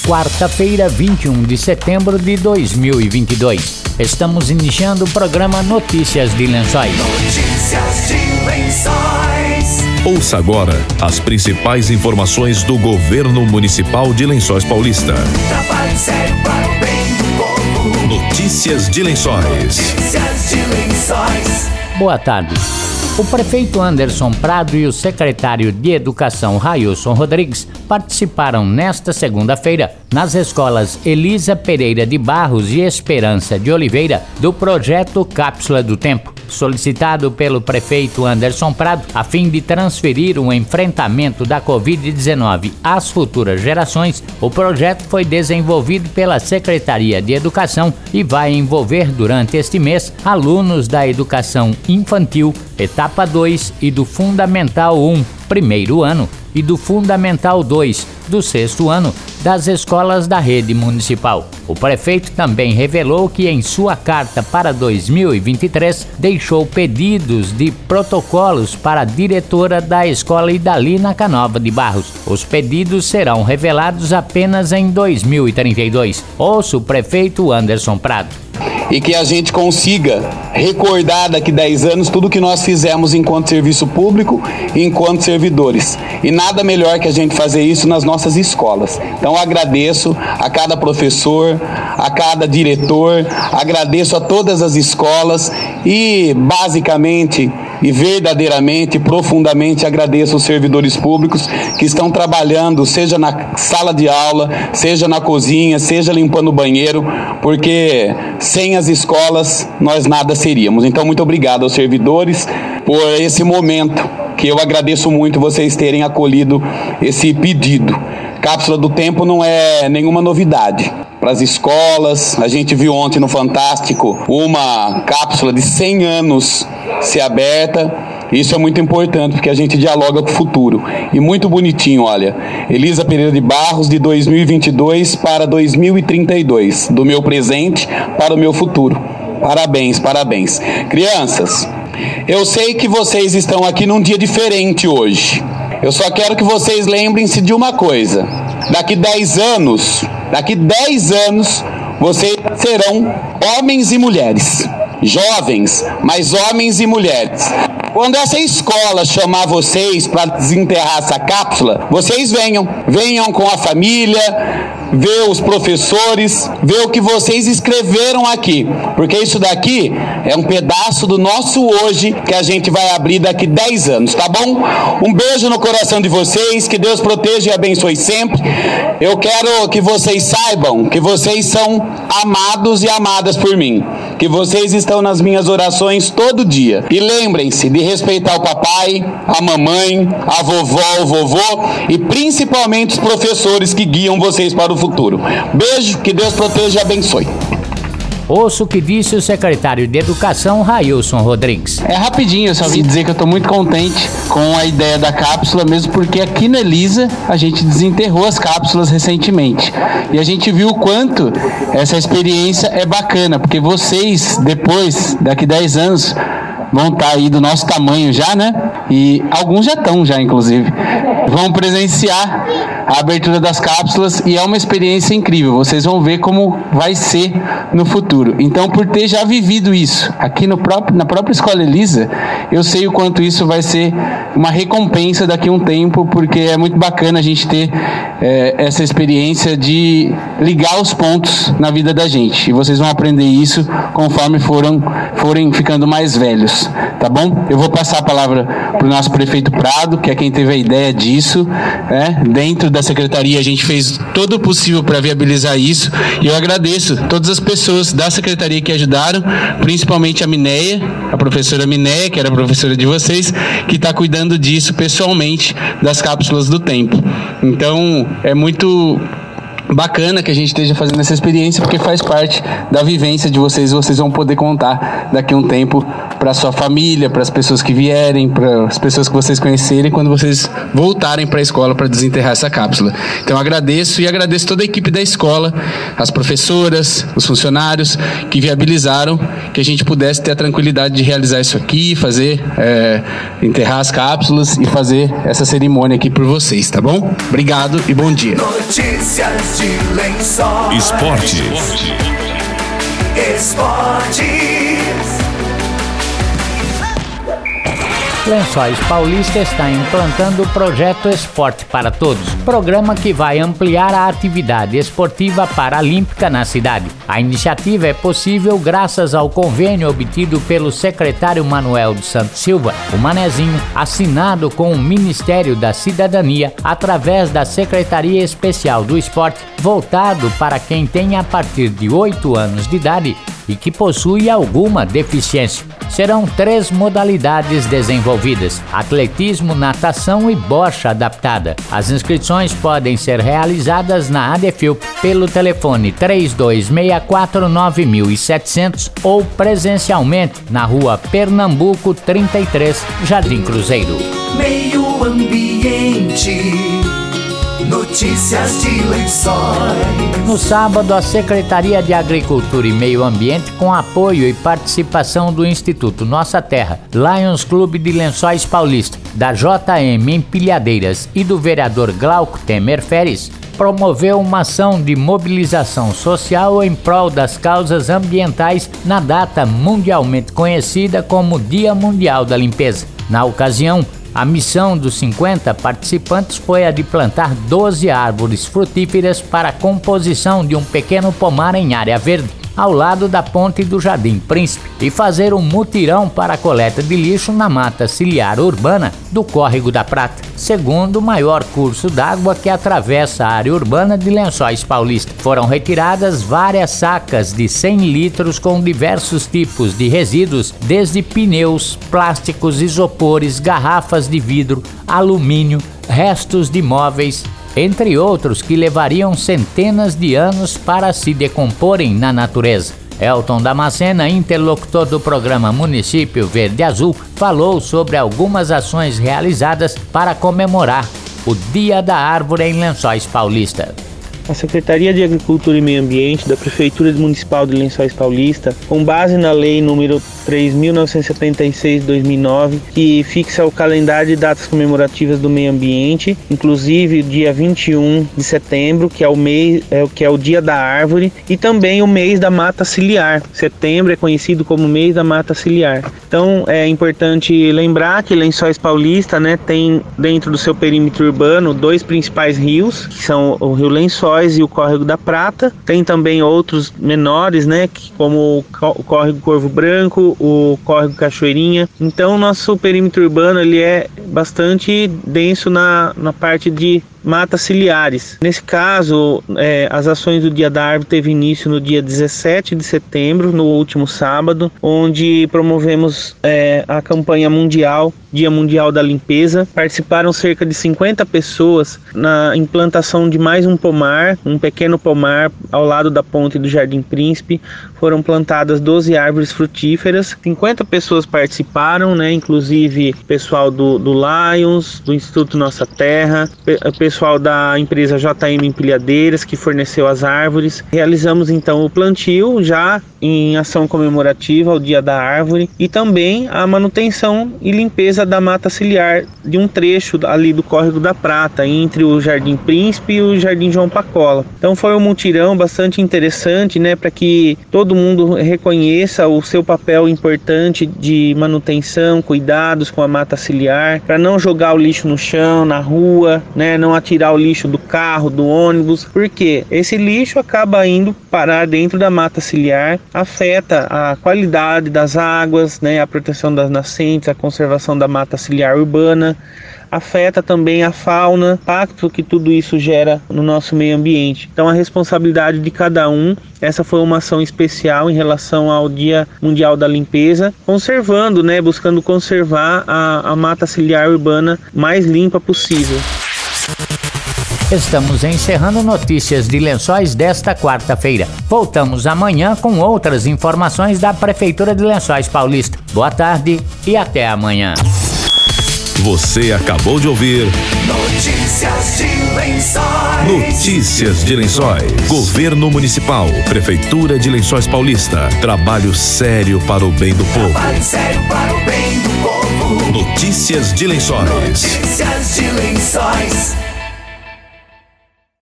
quarta-feira, 21 de setembro de 2022. Estamos iniciando o programa Notícias de Lençóis. Notícias de Lençóis. Ouça agora as principais informações do governo municipal de Lençóis Paulista. Trabalho sério para o bem do povo. Notícias de Lençóis. Notícias de Lençóis. Boa tarde. O prefeito Anderson Prado e o secretário de Educação Railson Rodrigues participaram nesta segunda-feira nas escolas Elisa Pereira de Barros e Esperança de Oliveira do projeto Cápsula do Tempo, solicitado pelo prefeito Anderson Prado a fim de transferir o enfrentamento da Covid-19 às futuras gerações. O projeto foi desenvolvido pela Secretaria de Educação e vai envolver durante este mês alunos da educação infantil, etapa 2 e do Fundamental 1, primeiro ano, e do Fundamental 2, do sexto ano, das escolas da rede municipal. O prefeito também revelou que em sua carta para 2023 deixou pedidos de protocolos para a diretora da escola Idalina Canova de Barros. Os pedidos serão revelados apenas em 2032. Ouça o prefeito Anderson Prado. E que a gente consiga recordar daqui 10 anos tudo que nós fizemos enquanto serviço público e enquanto servidores. E nada melhor que a gente fazer isso nas nossas escolas. Então agradeço a cada professor, a cada diretor, agradeço a todas as escolas e basicamente e verdadeiramente, profundamente agradeço os servidores públicos que estão trabalhando, seja na sala de aula, seja na cozinha, seja limpando o banheiro, porque sem as escolas nós nada seríamos. Então, muito obrigado aos servidores por esse momento, que eu agradeço muito vocês terem acolhido esse pedido. Cápsula do Tempo não é nenhuma novidade para as escolas. A gente viu ontem no Fantástico uma cápsula de 100 anos ser aberta. Isso é muito importante porque a gente dialoga com o futuro. E muito bonitinho, olha. Elisa Pereira de Barros, de 2022 para 2032. Do meu presente para o meu futuro. Parabéns, parabéns. Crianças, eu sei que vocês estão aqui num dia diferente hoje. Eu só quero que vocês lembrem-se de uma coisa. Daqui 10 anos, vocês serão homens e mulheres. Jovens, mas homens e mulheres. Quando essa escola chamar vocês para desenterrar essa cápsula, vocês venham com a família, ver os professores, ver o que vocês escreveram aqui, porque isso daqui é um pedaço do nosso hoje que a gente vai abrir daqui 10 anos, tá bom? Um beijo no coração de vocês, que Deus proteja e abençoe sempre. Eu quero que vocês saibam que vocês são amados e amadas por mim, que vocês estão nas minhas orações todo dia. E lembrem-se de respeitar o papai, a mamãe, a vovó, o vovô e principalmente os professores que guiam vocês para o futuro. Beijo, que Deus proteja e abençoe. Ouça o que disse o secretário de Educação, Railson Rodrigues. É rapidinho, eu só vim dizer que eu estou muito contente com a ideia da cápsula, mesmo porque aqui na Elisa a gente desenterrou as cápsulas recentemente. E a gente viu o quanto essa experiência é bacana, porque vocês, depois, daqui 10 anos, vão estar aí do nosso tamanho já, né? E alguns já estão, inclusive. Vão presenciar a abertura das cápsulas e é uma experiência incrível. Vocês vão ver como vai ser no futuro. Então, por ter já vivido isso aqui na própria Escola Elisa, eu sei o quanto isso vai ser uma recompensa daqui a um tempo, porque é muito bacana a gente ter essa experiência de ligar os pontos na vida da gente. E vocês vão aprender isso conforme forem ficando mais velhos, tá bom? Eu vou passar a palavra para o nosso prefeito Prado, que é quem teve a ideia disso, né? Dentro da secretaria a gente fez todo o possível para viabilizar isso, e eu agradeço todas as pessoas da secretaria que ajudaram, principalmente a Mineia, a professora Mineia, que era a professora de vocês, que está cuidando disso pessoalmente, das cápsulas do tempo. Então, é muito bacana que a gente esteja fazendo essa experiência, porque faz parte da vivência de vocês. Vocês vão poder contar daqui a um tempo para sua família, para as pessoas que vierem, para as pessoas que vocês conhecerem, quando vocês voltarem para a escola para desenterrar essa cápsula. Então agradeço toda a equipe da escola, as professoras, os funcionários que viabilizaram que a gente pudesse ter a tranquilidade de realizar isso aqui, fazer, enterrar as cápsulas e fazer essa cerimônia aqui por vocês, tá bom? Obrigado e bom dia. Notícias Notícias de Lençóis. Esporte. Lençóis Paulista está implantando o projeto Esporte para Todos, programa que vai ampliar a atividade esportiva paralímpica na cidade. A iniciativa é possível graças ao convênio obtido pelo secretário Manuel dos Santos Silva, o Manezinho, assinado com o Ministério da Cidadania através da Secretaria Especial do Esporte, voltado para quem tem a partir de 8 anos de idade e que possui alguma deficiência. Serão 3 modalidades desenvolvidas: atletismo, natação e bocha adaptada. As inscrições podem ser realizadas na ADEFILP pelo telefone 3264-9700 ou presencialmente na rua Pernambuco 33, Jardim Cruzeiro. Meio Ambiente. Notícias de Lençóis. No sábado, a Secretaria de Agricultura e Meio Ambiente, com apoio e participação do Instituto Nossa Terra, Lions Clube de Lençóis Paulista, da JM Empilhadeiras e do vereador Glauco Temer Feres, promoveu uma ação de mobilização social em prol das causas ambientais na data mundialmente conhecida como Dia Mundial da Limpeza. Na ocasião, a missão dos 50 participantes foi a de plantar 12 árvores frutíferas para a composição de um pequeno pomar em área verde, ao lado da ponte do Jardim Príncipe, e fazer um mutirão para a coleta de lixo na mata ciliar urbana do Córrego da Prata, segundo o maior curso d'água que atravessa a área urbana de Lençóis Paulista. Foram retiradas várias sacas de 100 litros com diversos tipos de resíduos, desde pneus, plásticos, isopores, garrafas de vidro, alumínio, restos de móveis, entre outros que levariam centenas de anos para se decomporem na natureza. Elton Damascena, interlocutor do programa Município Verde Azul, falou sobre algumas ações realizadas para comemorar o Dia da Árvore em Lençóis Paulista. A Secretaria de Agricultura e Meio Ambiente da Prefeitura Municipal de Lençóis Paulista, com base na Lei número 3.976/2009, que fixa o calendário de datas comemorativas do meio ambiente, inclusive dia 21 de setembro, que é o Dia da Árvore, e também o mês da mata ciliar. Setembro é conhecido como mês da mata ciliar. Então é importante lembrar que Lençóis Paulista, tem dentro do seu perímetro urbano 2 principais rios, que são o Rio Lençóis e o Córrego da Prata. Tem também outros menores, como o Córrego Corvo Branco, o Córrego Cachoeirinha. Então nosso perímetro urbano ele é bastante denso na parte de matas ciliares. Nesse caso, as ações do Dia da Árvore teve início no dia 17 de setembro, no último sábado, onde promovemos a campanha mundial, Dia Mundial da Limpeza. Participaram cerca de 50 pessoas na implantação de mais um pomar, um pequeno pomar ao lado da ponte do Jardim Príncipe. Foram plantadas 12 árvores frutíferas. 50 pessoas participaram, inclusive pessoal do Lions, do Instituto Nossa Terra, pessoal da empresa JM Empilhadeiras, que forneceu as árvores. Realizamos então o plantio já em ação comemorativa ao Dia da Árvore e também a manutenção e limpeza da mata ciliar de um trecho ali do Córrego da Prata, entre o Jardim Príncipe e o Jardim João Pacola. Então foi um mutirão bastante interessante, para que todo mundo reconheça o seu papel importante de manutenção, cuidados com a mata ciliar, para não jogar o lixo no chão, na rua, não tirar o lixo do carro, do ônibus, porque esse lixo acaba indo parar dentro da mata ciliar, afeta a qualidade das águas, a proteção das nascentes, a conservação da mata ciliar urbana, afeta também a fauna, o impacto que tudo isso gera no nosso meio ambiente. Então a responsabilidade de cada um. Essa foi uma ação especial em relação ao Dia Mundial da Limpeza, conservando, buscando conservar a mata ciliar urbana mais limpa possível. Estamos encerrando Notícias de Lençóis desta quarta-feira. Voltamos amanhã com outras informações da Prefeitura de Lençóis Paulista. Boa tarde e até amanhã. Você acabou de ouvir Notícias de Lençóis. Notícias de Lençóis. Governo Municipal, Prefeitura de Lençóis Paulista. Trabalho sério para o bem do povo. Trabalho sério para o bem do povo. Notícias de Lençóis. Notícias de Lençóis.